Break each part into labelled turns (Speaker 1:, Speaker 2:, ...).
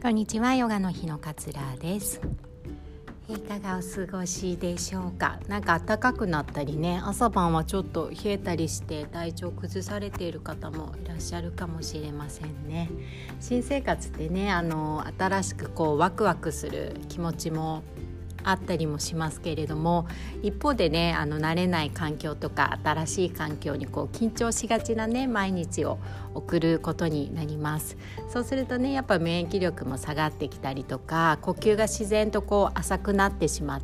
Speaker 1: こんにちは、ヨガの日の桂です。いかがお過ごしでしょうか。なんか暖かくなったりね、朝晩はちょっと冷えたりして体調崩されている方もいらっしゃるかもしれませんね。新生活ってね、新しくワクワクする気持ちもあったりもしますけれども、一方でね、慣れない環境とか新しい環境に緊張しがちなね毎日を送ることになります。そうするとね、やっぱ免疫力も下がってきたりとか、呼吸が自然と浅くなってしまって、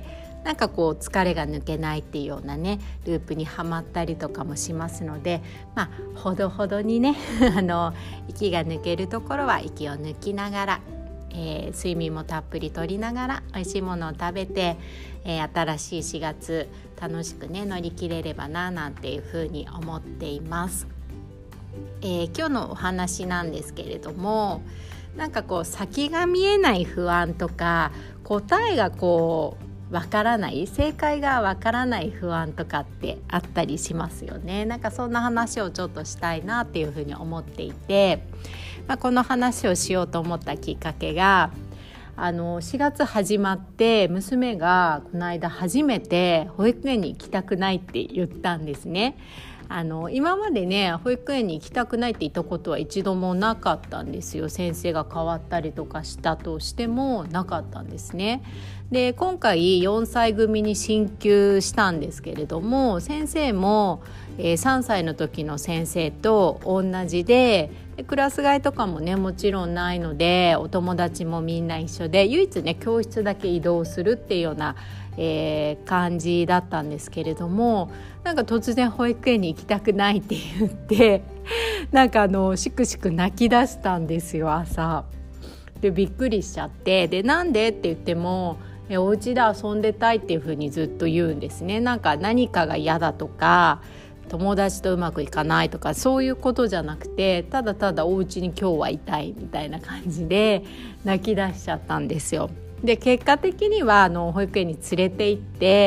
Speaker 1: なんか疲れが抜けないっていうようなねループにはまったりとかもしますので、ほどほどにね息が抜けるところは息を抜きながら、睡眠もたっぷりとりながら美味しいものを食べて、新しい4月楽しくね乗り切れればななんていうふうに思っています。今日のお話なんですけれども、なんか先が見えない不安とか、答えがわからない、正解がわからない不安とかってあったりしますよね。なんかそんな話をちょっとしたいなっていうふうに思っていて、この話をしようと思ったきっかけが、4月始まって娘がこの間初めて保育園に行きたくないって言ったんですね。今までね保育園に行きたくないって言ったことは一度もなかったんですよ。先生が変わったりとかしたとしてもなかったんですね。で、今回4歳組に進級したんですけれども、先生も、3歳の時の先生と同じで、クラス替えとかもねもちろんないので、お友達もみんな一緒で、唯一ね教室だけ移動するっていうような、感じだったんですけれども、なんか突然保育園に行きたくないって言ってなんかしくしく泣き出したんですよ、朝で。びっくりしちゃって、でなんでって言っても、お家で遊んでたいっていう風にずっと言うんですね。なんか何かが嫌だとか、友達とうまくいかないとか、そういうことじゃなくて、ただただお家に今日はいたいみたいな感じで泣き出しちゃったんですよ。で、結果的には保育園に連れて行って、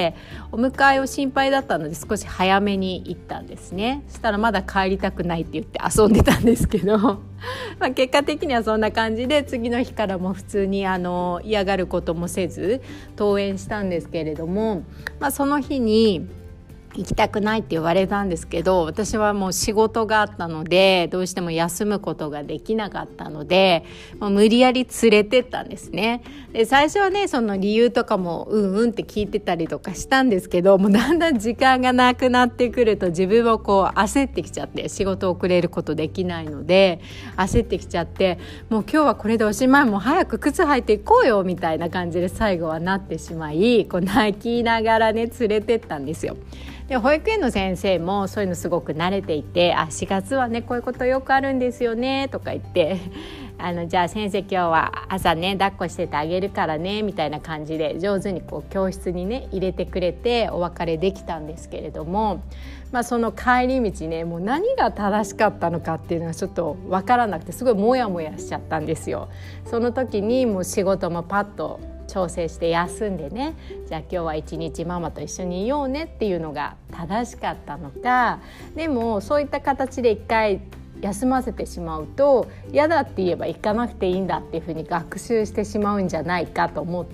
Speaker 1: お迎えを心配だったので少し早めに行ったんですね。そしたらまだ帰りたくないって言って遊んでたんですけど結果的にはそんな感じで、次の日からも普通に嫌がることもせず登園したんですけれども、その日に行きたくないって言われたんですけど、私はもう仕事があったのでどうしても休むことができなかったので、無理やり連れてったんですね。で、最初はねその理由とかもうんって聞いてたりとかしたんですけど、もうだんだん時間がなくなってくると自分も焦ってきちゃって、仕事遅れることできないので焦ってきちゃって、もう今日はこれでおしまい、もう早く靴履いていこうよみたいな感じで最後はなってしまい、泣きながらね連れてったんですよ。で、保育園の先生もそういうのすごく慣れていて、4月はねこういうことよくあるんですよねとか言ってじゃあ先生今日は朝ね抱っこしててあげるからねみたいな感じで上手に教室にね入れてくれてお別れできたんですけれども、その帰り道ね、もう何が正しかったのかっていうのはちょっと分からなくて、すごいモヤモヤしちゃったんですよ。その時にもう仕事もパッと調整して休んでね、じゃあ今日は一日ママと一緒にいようねっていうのが正しかったのか、でもそういった形で一回休ませてしまうと、嫌だって言えば行かなくていいんだっていうふうに学習してしまうんじゃないかと思って、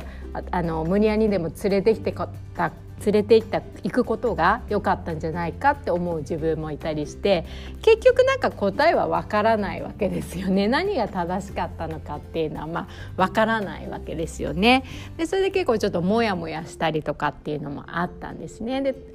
Speaker 1: 無理やりでも連れて行くことが良かったんじゃないかって思う自分もいたりして、結局なんか答えは分からないわけですよね。何が正しかったのかっていうのは分からないわけですよね。で、それで結構ちょっとモヤモヤしたりとかっていうのもあったんですね。で、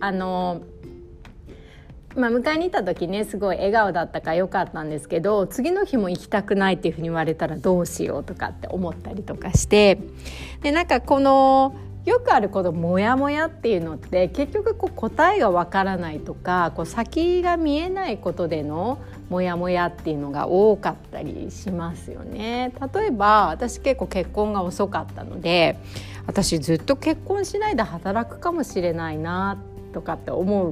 Speaker 1: 迎えに行った時ねすごい笑顔だったから良かったんですけど、次の日も行きたくないっていうふうに言われたらどうしようとかって思ったりとかして、で、なんかよくあるモヤモヤっていうのって結局答えがわからないとか、先が見えないことでのモヤモヤっていうのが多かったりしますよね。例えば私結構結婚が遅かったので、私ずっと結婚しないで働くかもしれないなとかって思う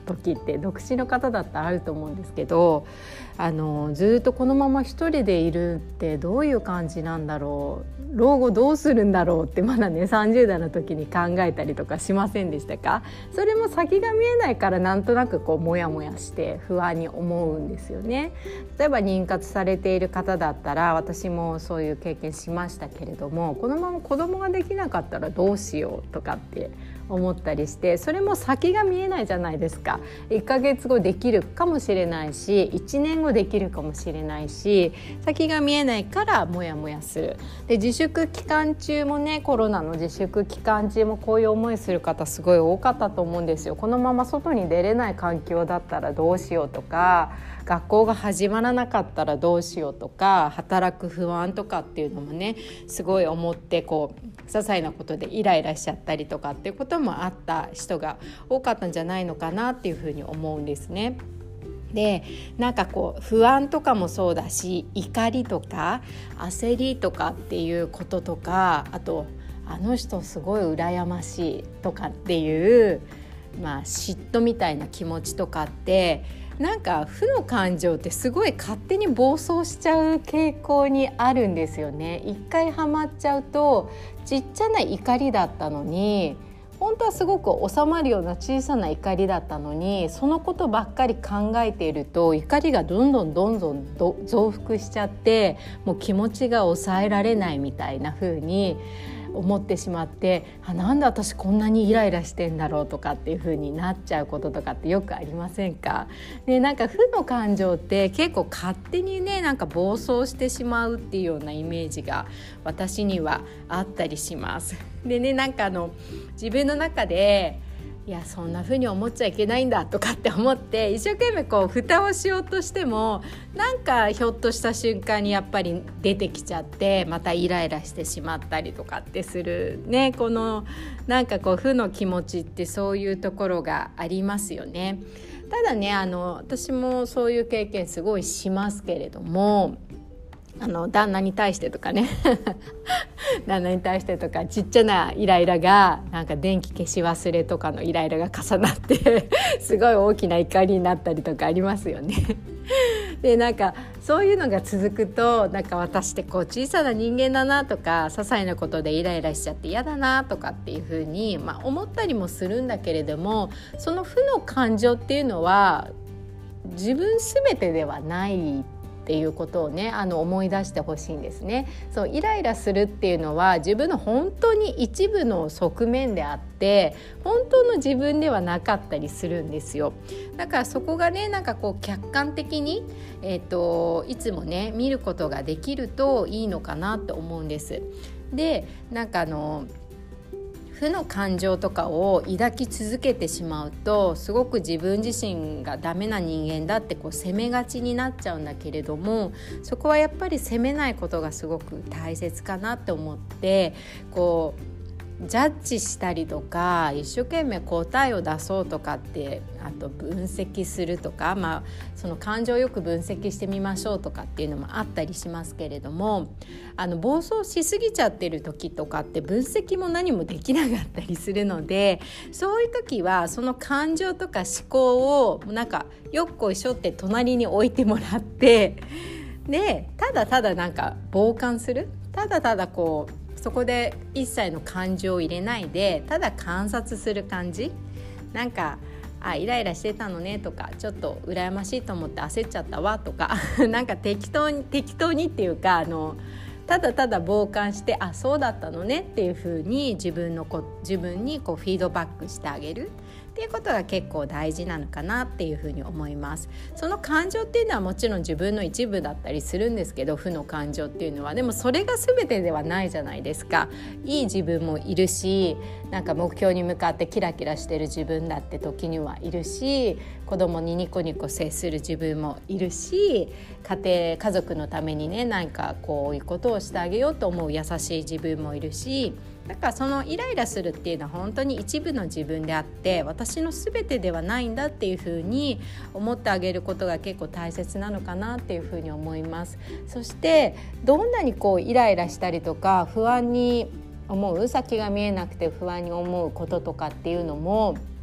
Speaker 1: 時って独身の方だったらあると思うんですけど、ずっとこのまま一人でいるってどういう感じなんだろう、老後どうするんだろうってまだね30代の時に考えたりとかしませんでしたか？それも先が見えないからなんとなくこうモヤモヤして不安に思うんですよね。例えば妊活されている方だったら、私もそういう経験しましたけれども、このまま子供ができなかったらどうしようとかって思ったりして、それも先が見えないじゃないですか。1ヶ月後できるかもしれないし、1年後できるかもしれないし、先が見えないからモヤモヤする。で、自粛期間中もね、コロナの自粛期間中もこういう思いする方すごい多かったと思うんですよ。このまま外に出れない環境だったらどうしようとか、学校が始まらなかったらどうしようとか、働く不安とかっていうのもねすごい思って、こう些細なことでイライラしちゃったりとかっていうこともあった人が多かったんじゃないのかなっていうふうに思うんですね。で、なんかこう不安とかもそうだし、怒りとか焦りとかっていうこととか、あとあの人すごい羨ましいとかっていう、嫉妬みたいな気持ちとかって、なんか負の感情ってすごい勝手に暴走しちゃう傾向にあるんですよね。一回ハマっちゃうと、ちっちゃな怒りだったのに、本当はすごく収まるような小さな怒りだったのに、そのことばっかり考えていると怒りがどんどん増幅しちゃって、もう気持ちが抑えられないみたいな風に思ってしまって、なんで私こんなにイライラしてんだろうとかっていう風になっちゃうこととかってよくありませんか？で、なんか負の感情って結構勝手にね、なんか暴走してしまうっていうようなイメージが私にはあったりします。でね、なんか自分の中で、いやそんな風に思っちゃいけないんだとかって思って一生懸命こう蓋をしようとしても、なんかひょっとした瞬間にやっぱり出てきちゃって、またイライラしてしまったりとかってするね。このなんかこう負の気持ちってそういうところがありますよね。ただね、私もそういう経験すごいしますけれども、旦那に対してとかね旦那に対してとか、ちっちゃなイライラがなんか電気消し忘れとかのイライラが重なってすごい大きな怒りになったりとかありますよねで、なんかそういうのが続くと、なんか私ってこう小さな人間だなとか、些細なことでイライラしちゃって嫌だなとかっていうふうに、思ったりもするんだけれども、その負の感情っていうのは自分全てではないっていうことをね、思い出してほしいんですね。そう、イライラするっていうのは自分の本当に一部の側面であって、本当の自分ではなかったりするんですよ。だからそこがね、なんかこう客観的に、いつもね見ることができるといいのかなと思うんです。で、なんか負の感情とかを抱き続けてしまうと、すごく自分自身がダメな人間だってこう責めがちになっちゃうんだけれども、そこはやっぱり責めないことがすごく大切かなって思って、こうジャッジしたりとか、一生懸命答えを出そうとかって、あと分析するとか、その感情をよく分析してみましょうとかっていうのもあったりしますけれども、暴走しすぎちゃってる時とかって分析も何もできなかったりするので、そういう時はその感情とか思考をなんかよっこいしょって隣に置いてもらって、でただただなんか傍観する、ただただこうそこで一切の感情を入れないで、ただ観察する感じ。なんかイライラしてたのねとか、ちょっと羨ましいと思って焦っちゃったわとかなんか適当にっていうか、ただただ傍観して、そうだったのねっていう風に自分にこうフィードバックしてあげるっていうことが結構大事なのかなっていうふうに思います。その感情っていうのはもちろん自分の一部だったりするんですけど、負の感情っていうのはでもそれが全てではないじゃないですか。いい自分もいるし、なんか目標に向かってキラキラしてる自分だって時にはいるし、子供にニコニコ接する自分もいるし、家族のためにね、なんかこういうことをしてあげようと思う優しい自分もいるし、だからそのイライラするっていうのは本当に一部の自分であって、私の全てではないんだっていうふうに思ってあげることが結構大切なのかなっていうふうに思います。そしてどんなにこうイライラしたりとか不安に思う、先が見えなくて不安に思うこととかっていうのも、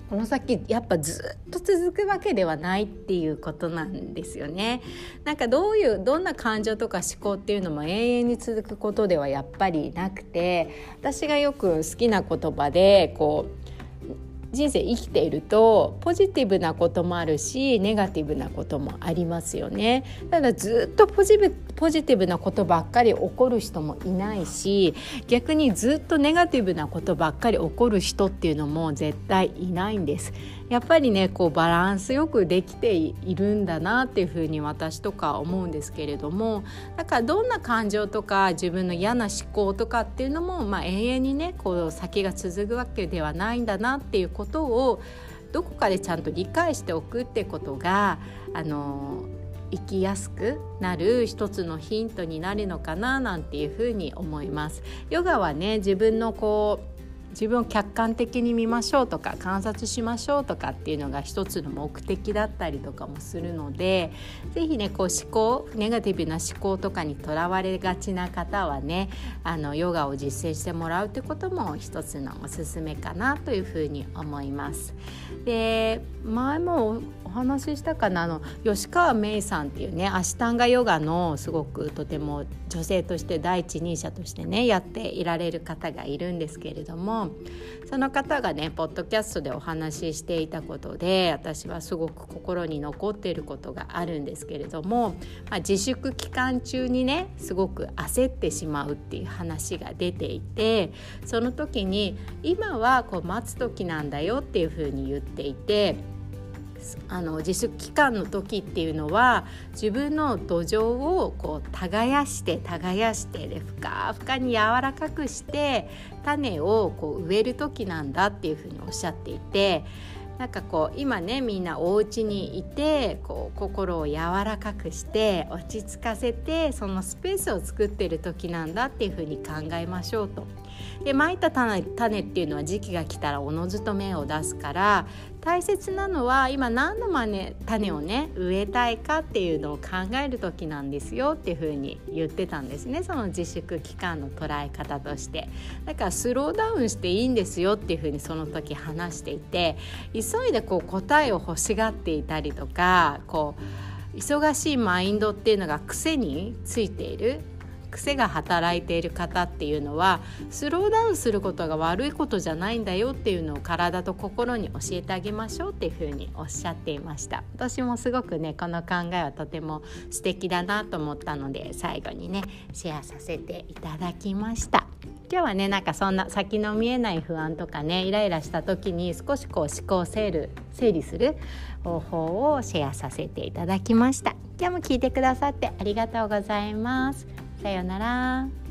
Speaker 1: この先やっぱずっと続くわけではないっていうことなんですよね。なんかどんな感情とか思考っていうのも永遠に続くことではやっぱりなくて、私がよく好きな言葉で人生生きているとポジティブなこともあるしネガティブなこともありますよね。ただずっとポジティブなことばっかり起こる人もいないし、逆にずっとネガティブなことばっかり起こる人っていうのも絶対いないんです。やっぱりねバランスよくできているんだなっていうふうに私とか思うんですけれども、だからどんな感情とか自分の嫌な思考とかっていうのも、永遠にね先が続くわけではないんだなっていうことをどこかでちゃんと理解しておくってことが生きやすくなる一つのヒントになるのかななんていうふうに思います。ヨガはね自分を客観的に見ましょうとか観察しましょうとかっていうのが一つの目的だったりとかもするので、ぜひねネガティブな思考とかにとらわれがちな方はねヨガを実践してもらうってことも一つのおすすめかなというふうに思います。で、前もお話ししたかな吉川芽衣さんっていうねアシタンガヨガのすごくとても女性として第一人者としてねやっていられる方がいるんですけれども、その方がねポッドキャストでお話ししていたことで私はすごく心に残っていることがあるんですけれども、自粛期間中にねすごく焦ってしまうっていう話が出ていて、その時に今は待つ時なんだよっていうふうに言っていて、自粛期間の時っていうのは自分の土壌を耕してでふかふかに柔らかくして種を植える時なんだっていうふうにおっしゃっていて、なんか今ねみんなお家にいて心を柔らかくして落ち着かせてそのスペースを作っている時なんだっていうふうに考えましょうと。で、蒔いた種っていうのは時期が来たらおのずと芽を出すから、大切なのは今何の種をね植えたいかっていうのを考える時なんですよっていうふうに言ってたんですね。その自粛期間の捉え方として、だからスローダウンしていいんですよっていうふうにその時話していて、急いで答えを欲しがっていたりとか忙しいマインドっていうのが癖についている、癖が働いている方っていうのはスローダウンすることが悪いことじゃないんだよっていうのを体と心に教えてあげましょうっていうふうにおっしゃっていました。私もすごくねこの考えはとても素敵だなと思ったので最後にねシェアさせていただきました。今日はねそんな先の見えない不安とかねイライラした時に少し思考を整理する方法をシェアさせていただきました。今日も聞いてくださってありがとうございます。さようなら。